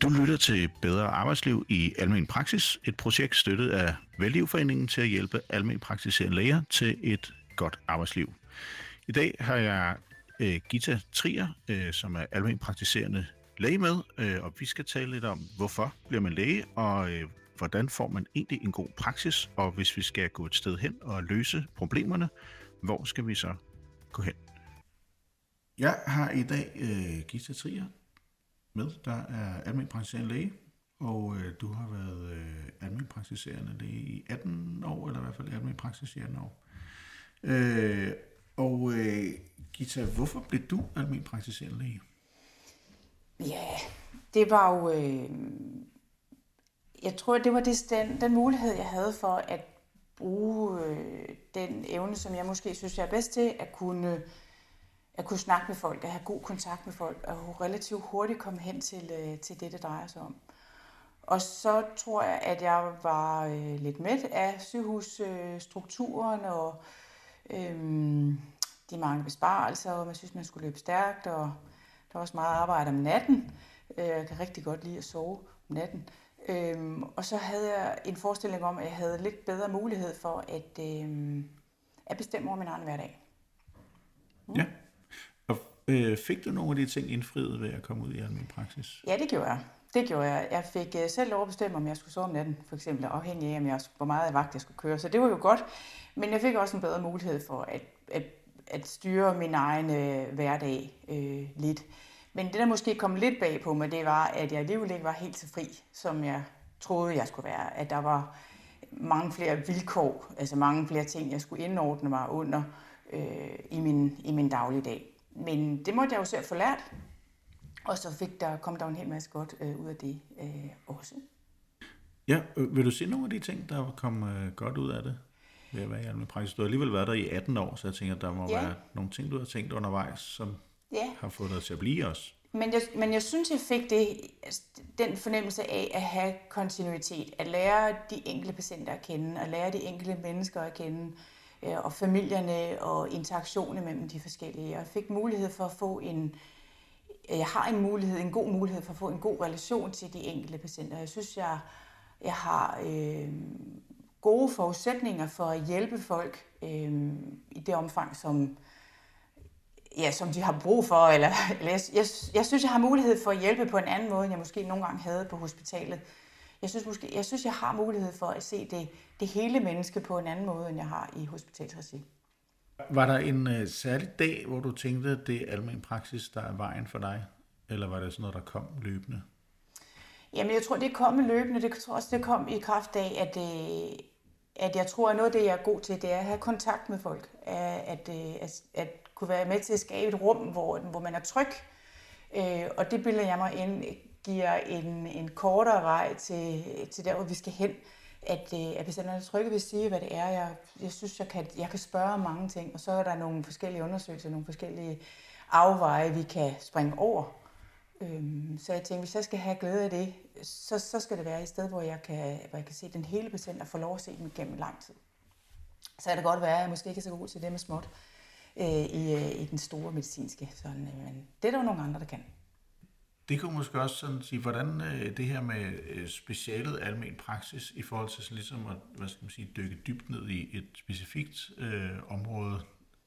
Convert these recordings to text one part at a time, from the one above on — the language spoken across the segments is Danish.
Du lytter til Bedre Arbejdsliv i Almen Praksis, et projekt støttet af Vellivforeningen til at hjælpe almenpraktiserende læger til et godt arbejdsliv. I dag har jeg Gita Trier, som er almenpraktiserende læge med, og vi skal tale lidt om, hvorfor bliver man læge, og hvordan får man egentlig en god praksis, og hvis vi skal gå et sted hen og løse problemerne, hvor skal vi så gå hen? Jeg har i dag Gita Trier med, der er almenpraktiserende læge, og du har været almenpraktiserende læge i 18 år, eller i hvert fald almenpraksis i 18 år. Gita, hvorfor blev du almenpraktiserende læge? Ja, det var jo, jeg tror, det var den mulighed, jeg havde for at bruge den evne, som jeg måske synes, jeg er bedst til, at kunne snakke med folk, at have god kontakt med folk, og relativt hurtigt komme hen til det drejer sig om. Og så tror jeg, at jeg var lidt mæt af sygehusstrukturen og de mange besparelser, og man synes, man skulle løbe stærkt, og der var også meget arbejde om natten. Jeg kan rigtig godt lide at sove om natten. Og så havde jeg en forestilling om, at jeg havde lidt bedre mulighed for at bestemme over min egen hverdag. Ja. Og fik du nogle af de ting indfriet ved at komme ud i almen praksis? Ja, det gjorde jeg. Jeg fik selv lov at bestemme, om jeg skulle sove om natten, for eksempel, afhængig af, hvor meget vagt jeg skulle køre. Så det var jo godt. Men jeg fik også en bedre mulighed for at styre min egen hverdag lidt. Men det, der måske kom lidt bag på mig, det var, at jeg alligevel ikke var helt så fri, som jeg troede, jeg skulle være. At der var mange flere vilkår, altså mange flere ting, jeg skulle indordne mig under i min dagligdag. Men det måtte jeg jo selv få lært, og så kom der en hel masse godt ud af det også. Ja, vil du se nogle af de ting, der kom godt ud af det ved at være i almen praksis? Du har alligevel været der i 18 år, så jeg tænker, at der må være nogle ting, du har tænkt undervejs, som har fået dig til at blive også. Men jeg synes, jeg fik den fornemmelse af at have kontinuitet, at lære de enkelte patienter at kende, at lære de enkelte mennesker at kende, og familierne og interaktionen mellem de forskellige. Jeg fik mulighed for at få en god mulighed for at få en god relation til de enkelte patienter. Jeg synes, jeg har gode forudsætninger for at hjælpe folk i det omfang, som de har brug for. Eller jeg synes, jeg har mulighed for at hjælpe på en anden måde, end jeg måske nogle gange havde på hospitalet. Jeg synes, jeg har mulighed for at se det hele menneske på en anden måde, end jeg har i hospitalsregi. Var der en særlig dag, hvor du tænkte, at det er almen praksis, der er vejen for dig? Eller var det sådan noget, der kom løbende? Jamen, jeg tror, det kom løbende. Jeg tror også, det kom i kraft af, at jeg tror, at noget af det, jeg er god til, det er at have kontakt med folk. At kunne være med til at skabe et rum, hvor man er tryg. Og det bilder jeg mig ind giver en kortere vej til der, hvor vi skal hen. At patienterne er trygge ved at sige, hvad det er. Jeg synes, jeg kan spørge om mange ting, og så er der nogle forskellige undersøgelser, nogle forskellige afveje, vi kan springe over. Så jeg tænker, hvis jeg skal have glæde af det, så skal det være et sted, hvor jeg kan se den hele patient og få lov at se dem gennem lang tid. Så kan det godt være, at jeg måske ikke er så god til det med småt i den store medicinske. Sådan, men det er der jo nogle andre, der kan. Det kunne måske også sådan sige, hvordan det her med specialet almen praksis i forhold til ligesom at dykke dybt ned i et specifikt område,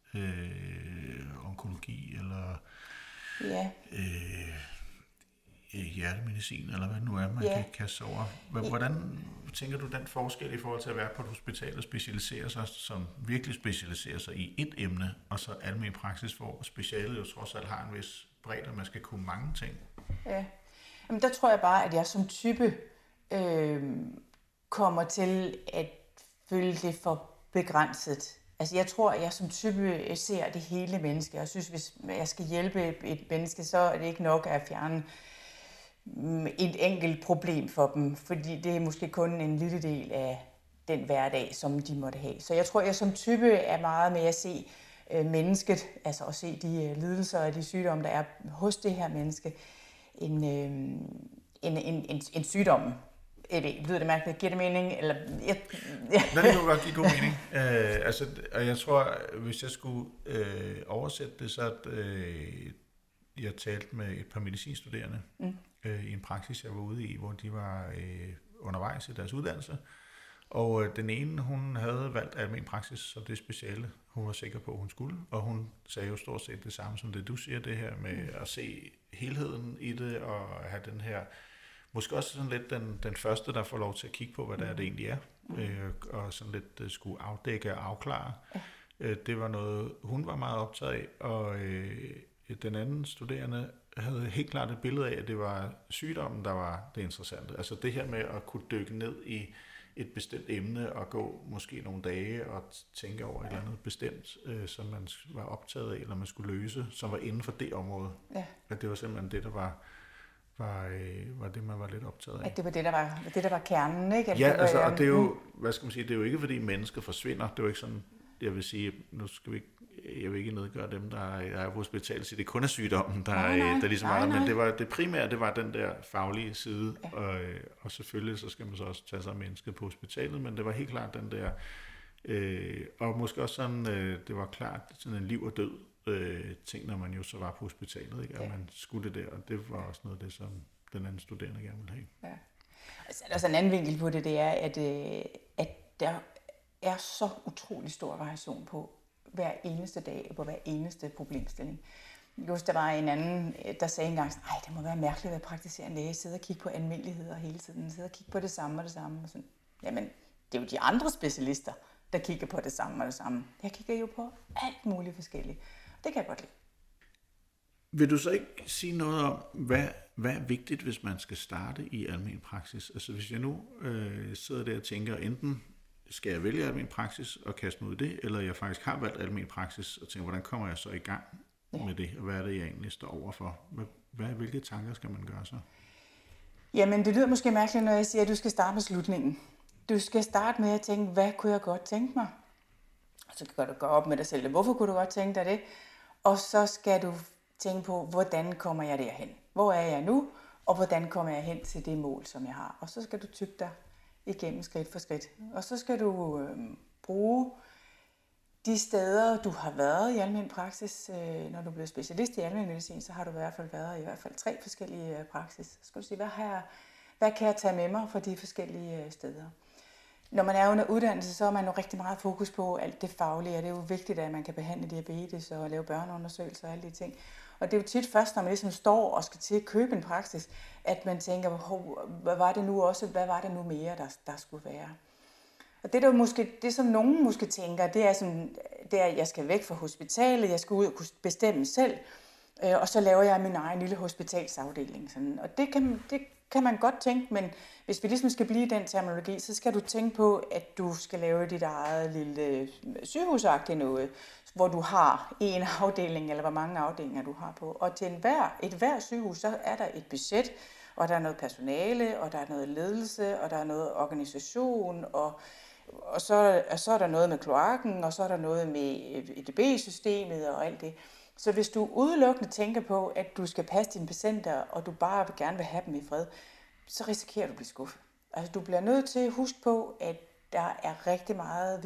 onkologi eller hjertemedicin, eller hvad det nu er, man kan kaste sig over. Hvordan tænker du den forskel i forhold til at være på et hospital og specialisere sig, som virkelig specialiserer sig i et emne, og så almen praksis, hvor specialet jo trods alt har en vis bredde, og man skal kunne mange ting? Ja, jamen der tror jeg bare, at jeg som type kommer til at føle det for begrænset. Altså jeg tror, at jeg som type ser det hele menneske, og jeg synes, hvis jeg skal hjælpe et menneske, så er det ikke nok at fjerne et enkelt problem for dem, fordi det er måske kun en lille del af den hverdag, som de måtte have. Så jeg tror, at jeg som type er meget med at se mennesket, altså at se de lidelser og de sygdomme, der er hos det her menneske, en sygdom. Lyder det mærkeligt? Giver det mening? Eller, Nej, det kunne godt give god mening. Og jeg tror, hvis jeg skulle oversætte det, så jeg talte med et par medicinstuderende, i en praksis, jeg var ude i, hvor de var undervejs i deres uddannelse. Og den ene, hun havde valgt almen praksis som det speciale, hun var sikker på, hun skulle. Og hun sagde jo stort set det samme som det, du siger, det her med at se helheden i det, og have den her, måske også sådan lidt den første, der får lov til at kigge på, hvad det egentlig er, og sådan lidt skulle afdække og afklare. Det var noget, hun var meget optaget af, og den anden studerende havde helt klart et billede af, at det var sygdommen, der var det interessante. Altså det her med at kunne dykke ned i et bestemt emne og gå måske nogle dage og tænke over et eller andet bestemt, som man var optaget af, eller man skulle løse, som var inden for det område. Ja. At det var simpelthen det, der var det, man var lidt optaget af. At det var det, der var kernen, ikke? At ja, det var, altså, og det er jo, hvad skal man sige, det er jo ikke, fordi mennesker forsvinder. Det er jo ikke sådan, jeg vil sige, nu skal vi ikke, jeg vil ikke nedgøre dem, der er på hospitalet, så det kun er sygdommen, der ligesom var der, men det var det primære, det var den der faglige side, og selvfølgelig så skal man så også tage sig af mennesket på hospitalet, men det var helt klart den der, og måske også sådan, det var klart sådan en liv og død ting, når man jo så var på hospitalet, ikke? At man skulle det der, og det var også noget af det, som den anden studerende gerne ville have. Ja. Altså, der er også en anden vinkel på det, det er, at der er så utrolig stor variation på hver eneste dag og på hver eneste problemstilling. Just der var en anden, der sagde engang, det må være mærkeligt at være praktiserende læge, sidde og kigge på almindeligheder hele tiden, sidde og kigge på det samme og det samme. Og sådan. Jamen, det er jo de andre specialister, der kigger på det samme og det samme. Jeg kigger jo på alt muligt forskelligt. Det kan jeg godt lide. Vil du så ikke sige noget om, hvad er vigtigt, hvis man skal starte i almen praksis? Altså hvis jeg nu sidder der og tænker, enten skal jeg vælge almen praksis og kaste mig ud i det, eller jeg faktisk har valgt almen praksis og tænker, hvordan kommer jeg så i gang med det, og hvad er det, jeg egentlig står overfor? Hvilke tanker skal man gøre så? Jamen, det lyder måske mærkeligt, når jeg siger, at du skal starte med slutningen. Du skal starte med at tænke, hvad kunne jeg godt tænke mig? Og så kan du gå op med dig selv, hvorfor kunne du godt tænke dig det? Og så skal du tænke på, hvordan kommer jeg derhen? Hvor er jeg nu? Og hvordan kommer jeg hen til det mål, som jeg har? Og så skal du tygge dig igennem skridt for skridt. Og så skal du bruge de steder, du har været i almen praksis. Når du bliver specialist i almen medicin, så har du i hvert fald 3 forskellige praksis. Så skal du sige, hvad kan jeg tage med mig fra de forskellige steder? Når man er under uddannelse, så er man jo rigtig meget fokus på alt det faglige, og det er jo vigtigt, at man kan behandle diabetes og lave børneundersøgelser og alle de ting. Og det er jo tit først, når man ligesom står og skal til at købe en praksis, at man tænker, hvad var det nu mere, der skulle være? Og det som nogen måske tænker, det er, at jeg skal væk fra hospitalet, jeg skal ud og kunne bestemme selv, og så laver jeg min egen lille hospitalsafdeling. Sådan. Og det kan man godt tænke, men hvis vi ligesom skal blive i den terminologi, så skal du tænke på, at du skal lave dit eget lille sygehusagtigt noget, hvor du har en afdeling, eller hvor mange afdelinger du har på. Og til et hver sygehus, så er der et budget, og der er noget personale, og der er noget ledelse, og der er noget organisation, og så er der noget med kloakken, og så er der noget med EDB-systemet og alt det. Så hvis du udelukkende tænker på, at du skal passe dine patienter, og du bare gerne vil have dem i fred, så risikerer du at blive skuffet. Altså, du bliver nødt til at huske på, at der er rigtig meget ved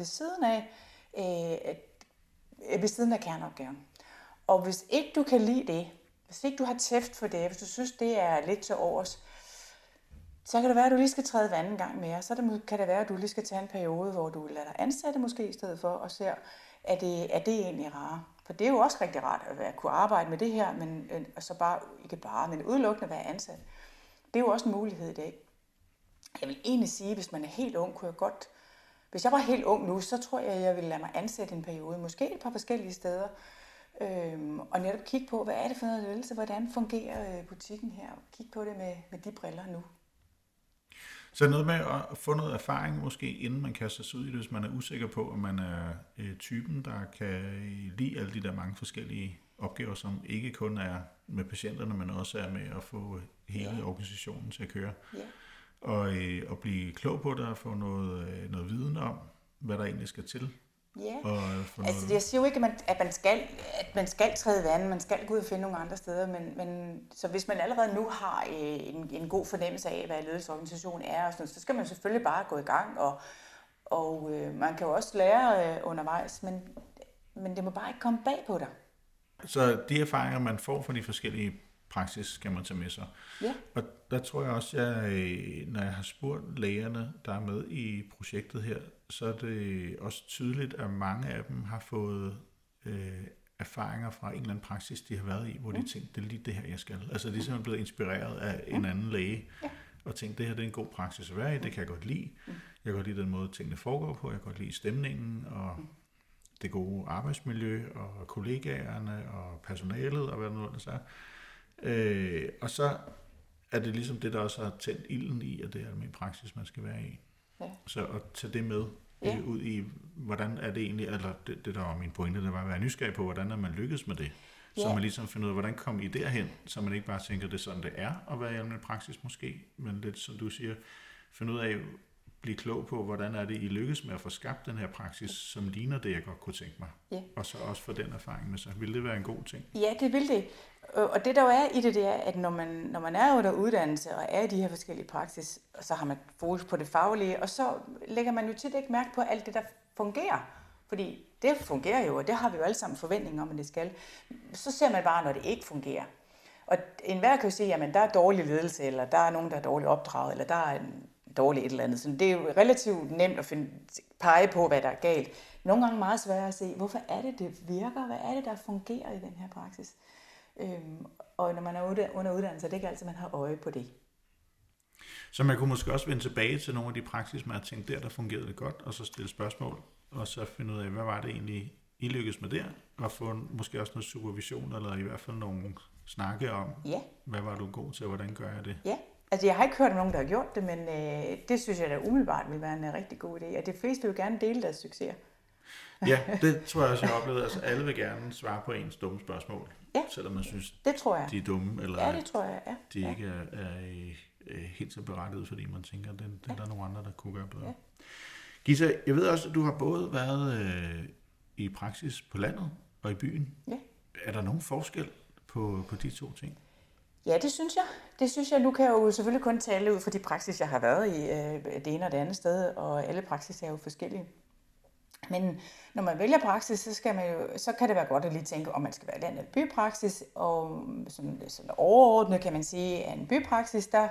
siden af kerneopgaven. Og hvis ikke du kan lide det, hvis ikke du har tæft for det, hvis du synes, det er lidt til overs, så kan det være, at du lige skal træde vandet en gang mere. Så kan det være, at du lige skal tage en periode, hvor du lader dig ansætte måske i stedet for, og ser, er det egentlig rart? For det er jo også rigtig rart at kunne arbejde med det her, men så men udelukkende være ansat. Det er jo også en mulighed i dag. Jeg vil egentlig sige, hvis man er helt ung, hvis jeg var helt ung nu, så tror jeg ville lade mig ansætte en periode, måske et par forskellige steder, og netop kigge på, hvad er det for noget ledelse, hvordan fungerer butikken her, og kigge på det med de briller nu. Så noget med at få noget erfaring måske, inden man kaster sig ud i det, hvis man er usikker på, om man er typen, der kan lide alle de der mange forskellige opgaver, som ikke kun er med patienterne, men også er med at få hele organisationen til at køre. Og blive klog på det og få noget viden om, hvad der egentlig skal til. Ja, altså jeg siger jo ikke, at man skal træde vand, man skal gå ud og finde nogle andre steder, men så hvis man allerede nu har en god fornemmelse af, hvad ledelsesorganisation er, og sådan, så skal man selvfølgelig bare gå i gang, og man kan jo også lære undervejs, men det må bare ikke komme bag på dig. Så de erfaringer, man får fra de forskellige praksis skal man tage med sig. Ja. Og der tror jeg også, når jeg har spurgt lægerne, der er med i projektet her, så er det også tydeligt, at mange af dem har fået erfaringer fra en eller anden praksis, de har været i, hvor de tænkte, det er lige det her, jeg skal. Altså de er simpelthen blevet inspireret af en anden læge, og tænkte, det her det er en god praksis at være i, det kan jeg godt lide. Jeg kan godt lide den måde, tingene foregår på, jeg kan godt lide stemningen, og det gode arbejdsmiljø, og kollegaerne, og personalet, og hvad det nu ellers er. Og så er det ligesom det, der også har tændt ilden i, at det er almindelig praksis, man skal være i. Ja. Så at tage det med ud i, hvordan er det egentlig, eller det der var min pointe, det var at være nysgerrig på, hvordan er man lykkes med det. Så man ligesom finder ud af, hvordan kom I derhen, så man ikke bare tænker, det er sådan, det er at være i almindelig praksis måske, men lidt som du siger, finde ud af, blive klog på, hvordan er det, I lykkes med at få skabt den her praksis, som ligner det, jeg godt kunne tænke mig. Ja. Og så også få den erfaring med sig. Vil det være en god ting? Ja, det vil det. Og det der jo er i det er, at når man er under uddannelse og er i de her forskellige praksis, og så har man fokus på det faglige, og så lægger man jo tit ikke mærke på alt det, der fungerer. Fordi det fungerer jo, og det har vi jo alle sammen forventninger om, at det skal. Så ser man bare, når det ikke fungerer. Og enhver kan jo sige, at der er dårlig ledelse, eller der er nogen, der er dårligt opdraget, eller der er en dårlig et eller andet. Så det er jo relativt nemt at pege på, hvad der er galt. Nogle gange meget svært at se, hvorfor er det virker? Hvad er det, der fungerer i den her praksis? Og når man er under uddannelse, er det ikke altid, man har øje på det. Så man kunne måske også vende tilbage til nogle af de praksis, man har tænkt, der fungerede det godt, og så stille spørgsmål, og så finde ud af, hvad var det egentlig, I lykkedes med der, og få måske også noget supervision, eller i hvert fald nogle snakke om, hvad var du god til, og hvordan gør jeg det? Ja, altså jeg har ikke hørt om nogen, der har gjort det, men det synes jeg da umiddelbart vil være en rigtig god idé, og de fleste vil jo gerne dele deres succeser. Ja, det tror jeg også, jeg har oplevet. Altså alle vil gerne svare på ens dumme spørgsmål, selvom man synes, det tror jeg. De er dumme, eller det tror jeg, de ikke er helt så berettiget, fordi man tænker, at det er der nogle andre, der kunne gøre bedre. Ja. Gita, jeg ved også, at du har både været i praksis på landet og i byen. Ja. Er der nogen forskel på de to ting? Ja, det synes jeg. Det synes jeg. Nu kan jeg jo selvfølgelig kun tale ud fra de praksis, jeg har været i det ene og det andet sted, og alle praksis er jo forskellige. Men når man vælger praksis, så kan det være godt at lige tænke, om man skal være land- eller bypraksis. Og sådan overordnet kan man sige, at en bypraksis, der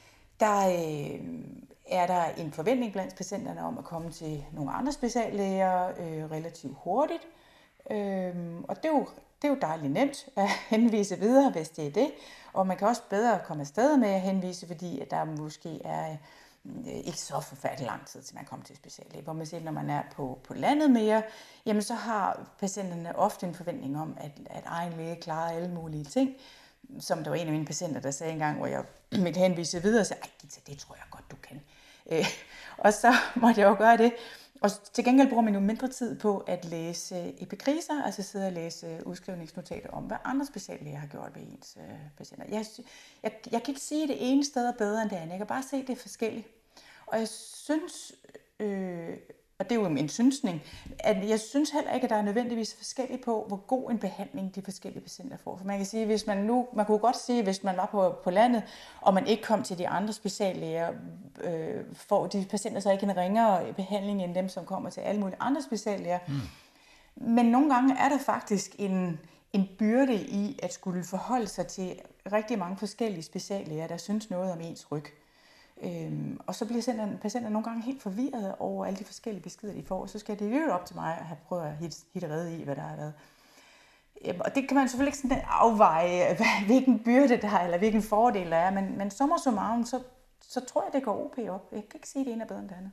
er der en forventning blandt patienterne om at komme til nogle andre speciallæger relativt hurtigt. Og det er jo dejligt nemt at henvise videre, hvis det er det. Og man kan også bedre komme afsted med at henvise, fordi at der måske er ikke så forfærdelig lang tid, til man kommer til speciallæge. Hvor man siger, når man er på landet mere, jamen så har patienterne ofte en forventning om, at egen læge klarer alle mulige ting. Som der var en af mine patienter, der sagde engang, hvor jeg ville henvise videre, og sagde, det tror jeg godt, du kan. Og så måtte jeg jo gøre det. Og til gengæld bruger man jo mindre tid på at læse epikriser, altså sidde og læse udskrivningsnotater om, hvad andre speciallæger har gjort ved ens patienter. Jeg kan ikke sige, at det ene sted er bedre end det andet. Jeg kan bare se, at det er forskelligt. Og jeg synes, og det er jo en synsning, at jeg synes heller ikke, at der er nødvendigvis forskelligt på, hvor god en behandling de forskellige patienter får. For man kan sige, hvis man kunne godt sige, hvis man var på landet, og man ikke kom til de andre speciallæger, får de patienter så ikke en ringere behandling end dem, som kommer til alle mulige andre speciallæger. Men nogle gange er der faktisk en byrde i at skulle forholde sig til rigtig mange forskellige speciallæger, der synes noget om ens ryg. Og så bliver patienter nogle gange helt forvirrede over alle de forskellige beskeder, de får, og så skal de jo op til mig og have prøvet at hitte rede i, hvad der har været. Og det kan man selvfølgelig ikke sådan afveje, hvilken byrde der er, eller hvilken fordel der er, men summa summarum, så tror jeg, det går OP op. Jeg kan ikke sige, at det ene er bedre end det andet.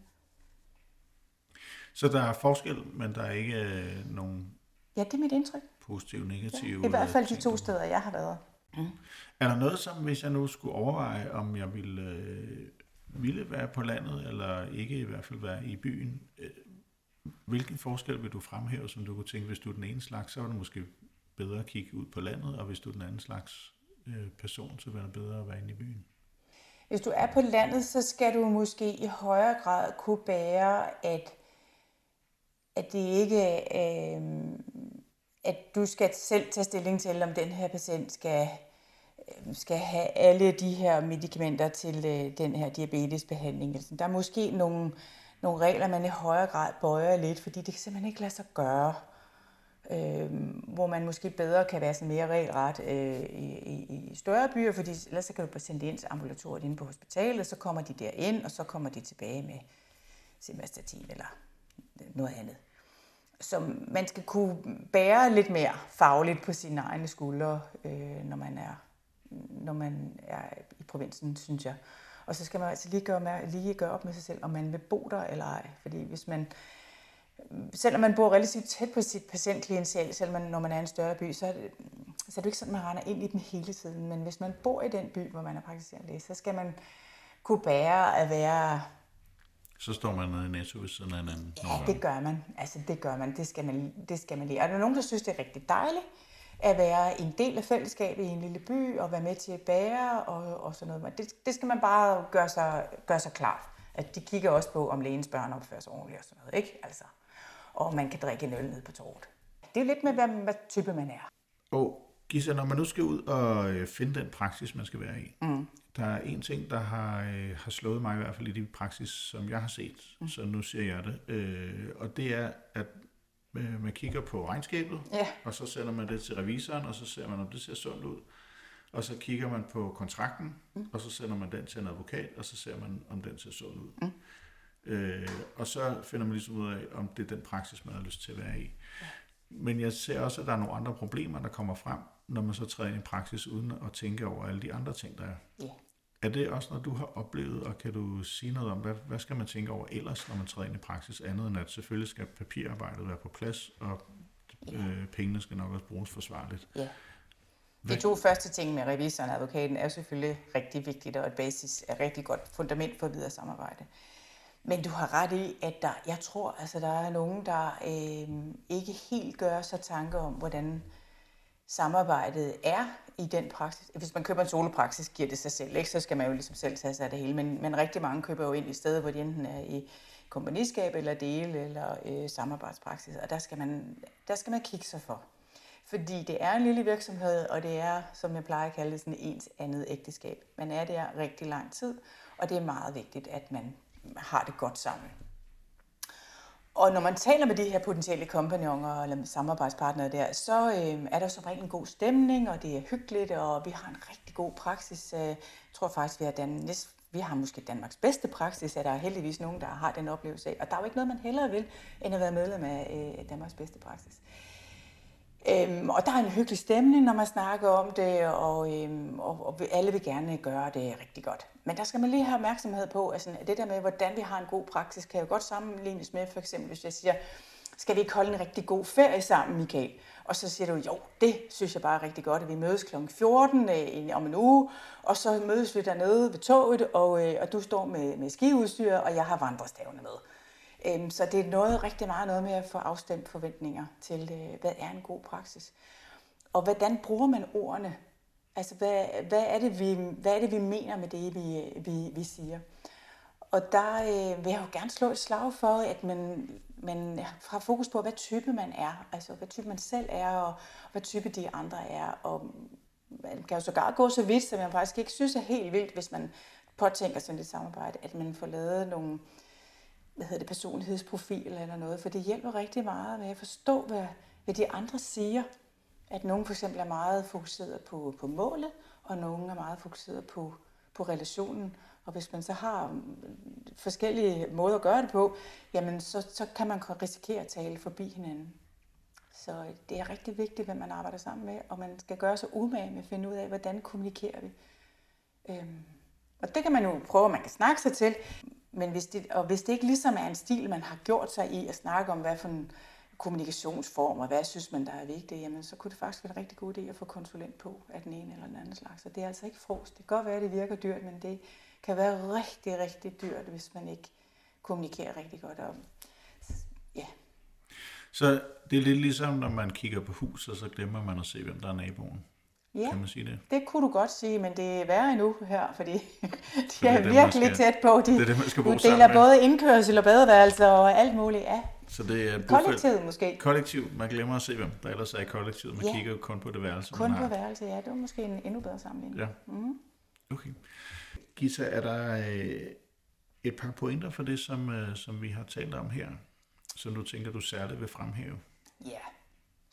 Så der er forskel, men der er ikke nogen... Ja, det er mit indtryk. Positive, negative... Ja, i hvert fald de to steder, jeg har været. Er der noget, som hvis jeg nu skulle overveje, om jeg ville være på landet, eller ikke i hvert fald være i byen, hvilken forskel vil du fremhæve, som du kunne tænke, hvis du er den ene slags, så var det måske bedre at kigge ud på landet, og hvis du er den anden slags person, så vil det bedre at være inde i byen? Hvis du er på landet, så skal du måske i højere grad kunne bære, at det ikke at du skal selv tage stilling til, om den her patient skal have alle de her medicamenter til den her diabetesbehandling. Altså, der er måske nogle regler, man i højere grad bøjer lidt, fordi det kan simpelthen ikke lade sig gøre hvor man måske bedre kan være sådan mere regelret i større byer, fordi ellers så kan du bare sende det ind til ambulatoriet inde på hospitalet, så kommer de derind, og så kommer de tilbage med simvastatin eller noget andet. Så man skal kunne bære lidt mere fagligt på sine egne skuldre, når man er i provinsen, synes jeg. Og så skal man altså lige gøre op med sig selv, om man vil bo der eller ej. Fordi selvom man bor relativt tæt på sit patientklientel, når man er i en større by, så er det ikke sådan, man render ind i den hele tiden. Men hvis man bor i den by, hvor man er praktiserende læge, så skal man kunne bære at være... Så står man nede i Netto ved siden af hinanden. Ja, det gør man. Altså, det gør man. Det skal man lide. Og der er nogen, der synes, det er rigtig dejligt at være en del af fællesskabet i en lille by og være med til at bære og sådan noget. Det skal man bare gøre sig klart. At de kigger også på, om lægens børn opfører sig ordentligt og sådan noget, ikke? Altså, og man kan drikke en øl ned på torvet. Det er jo lidt med, hvad type man er. Og Gisa, når man nu skal ud og finde den praksis, man skal være i, der er en ting, der har slået mig i hvert fald i de praksis, som jeg har set, så nu siger jeg det, og det er, at man kigger på regnskabet, og så sender man det til revisoren, og så ser man, om det ser sundt ud. Og så kigger man på kontrakten, og så sender man den til en advokat, og så ser man, om den ser sund ud. Og så finder man ligesom ud af, om det er den praksis, man har lyst til at være i. Men jeg ser også, at der er nogle andre problemer, der kommer frem, når man så træder ind i praksis, uden at tænke over alle de andre ting, der er. Er det også noget, du har oplevet, og kan du sige noget om, hvad skal man tænke over ellers, når man træder ind i praksis, andet end at selvfølgelig skal papirarbejdet være på plads, og pengene skal nok også bruges forsvarligt? Ja. De to første ting med revisoren og advokaten er selvfølgelig rigtig vigtigt, og et basis er rigtig godt fundament for videre samarbejde. Men du har ret i, at jeg tror, altså, der er nogen, der ikke helt gør sig tanker om, hvordan samarbejdet er i den praksis. Hvis man køber en solopraksis, giver det sig selv, ikke? Så skal man jo ligesom selv tage sig af det hele. Men rigtig mange køber jo ind i stedet, hvor de enten er i kompagniskab eller dele eller samarbejdspraksis. Og der skal man kigge sig for. Fordi det er en lille virksomhed, og det er, som jeg plejer at kalde det, sådan ens andet ægteskab. Man er der rigtig lang tid, og det er meget vigtigt, at man har det godt sammen. Og når man taler med de her potentielle kompagnoner eller samarbejdspartnere der, så er der som regel en god stemning, og det er hyggeligt, og vi har en rigtig god praksis. Jeg tror faktisk, vi har måske Danmarks bedste praksis, at der er heldigvis nogen, der har den oplevelse af. Og der er jo ikke noget, man hellere vil, end at være medlem af Danmarks bedste praksis. Og der er en hyggelig stemning, når man snakker om det, og alle vil gerne gøre det rigtig godt. Men der skal man lige have opmærksomhed på, altså det der med, hvordan vi har en god praksis, kan jo godt sammenlignes med, for eksempel hvis jeg siger, skal vi ikke holde en rigtig god ferie sammen, Michael? Og så siger du, jo, det synes jeg bare er rigtig godt, at vi mødes kl. 14 om en uge, og så mødes vi dernede ved toget, og du står med skiudstyr, og jeg har vandrestavne med. Så det er rigtig meget noget med at få afstemt forventninger til, hvad er en god praksis. Og hvordan bruger man ordene? Altså, hvad er det, vi mener med det, vi siger? Og der vil jeg jo gerne slå et slag for, at man har fokus på, hvad type man er. Altså, hvad type man selv er, og hvad type de andre er. Og man kan jo sågar gå så vidt, som jeg faktisk ikke synes er helt vildt, hvis man påtænker sådan et samarbejde, at man får lavet nogle personlighedsprofil eller noget, for det hjælper rigtig meget med at forstå, hvad de andre siger. At nogen for eksempel er meget fokuseret på målet, og nogen er meget fokuseret på relationen. Og hvis man så har forskellige måder at gøre det på, jamen så kan man risikere at tale forbi hinanden. Så det er rigtig vigtigt, hvad man arbejder sammen med, og man skal gøre sig umage med at finde ud af, hvordan kommunikerer vi. Og det kan man jo prøve, at man kan snakke sig til. Men hvis det ikke ligesom er en stil, man har gjort sig i at snakke om, hvad for en kommunikationsform, og hvad synes man, der er vigtigt, jamen så kunne det faktisk være en rigtig god idé at få konsulent på af den ene eller den anden slags. Så det er altså ikke fros. Det kan godt være, at det virker dyrt, men det kan være rigtig, rigtig dyrt, hvis man ikke kommunikerer rigtig godt om. Ja. Så det er lidt ligesom, når man kigger på hus, og så glemmer man at se, hvem der er naboen. Ja, kan man sige det? Det kunne du godt sige, men det er værre endnu her, fordi de er virkelig tæt på. De deler både indkørsel og badeværelser og alt muligt. Ja. Så det er kollektivet måske. Kollektiv. Man glemmer at se, hvem der ellers er i kollektivet. Man kigger jo kun på det værelse, kun på værelse, ja. Det var måske en endnu bedre sammenligning. Ja. Okay. Gita, er der et par pointer for det, som vi har talt om her, som du tænker, du særligt vil fremhæve? Ja.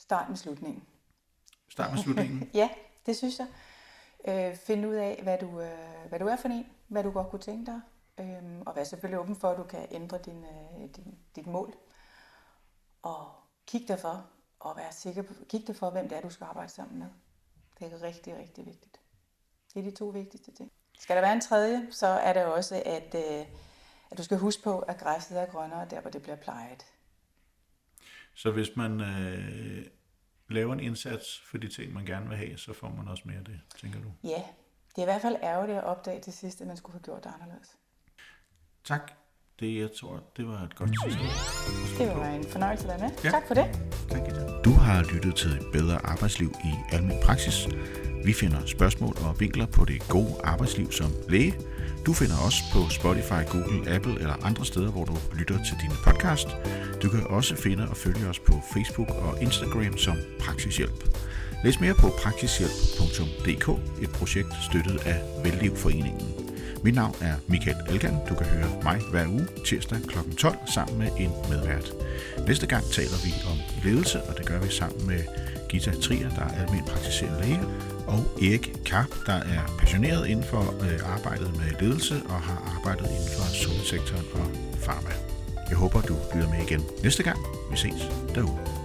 start med slutningen. Start med slutningen? Ja, det synes jeg. Find ud af, hvad du er for en, hvad du godt kunne tænke dig, og vær selvfølgelig åben for, at du kan ændre dit mål. Og kig dig for, og vær sikker på, kig dig for, hvem det er, du skal arbejde sammen med. Det er rigtig, rigtig vigtigt. Det er de 2 vigtigste ting. Skal der være en tredje, så er det også, at du skal huske på, at græsset er grønnere der, hvor det bliver plejet. Så hvis man laver en indsats for de ting, man gerne vil have, så får man også mere af det, tænker du? Ja, det er i hvert fald ærgerligt at opdage til sidst, at man skulle have gjort det anderledes. Tak. Jeg tror, det var et godt sidste ord. Det var en fornøjelse at være med. Ja. Tak for det. Tak, Gita. Du har lyttet til Et bedre arbejdsliv i almen praksis. Vi finder spørgsmål og vinkler på det gode arbejdsliv som læge. Du finder os på Spotify, Google, Apple eller andre steder, hvor du lytter til dine podcast. Du kan også finde og følge os på Facebook og Instagram som Praksishjælp. Læs mere på praksishjælp.dk, et projekt støttet af Vellivforeningen. Mit navn er Michael Algan. Du kan høre mig hver uge tirsdag kl. 12 sammen med en medvært. Næste gang taler vi om ledelse, og det gør vi sammen med Gita Trier, der er almen praktiserende læge, og Erik Karp, der er passioneret inden for arbejdet med ledelse og har arbejdet inden for sundhedssektoren og pharma. Jeg håber, du lytter med igen næste gang. Vi ses derude.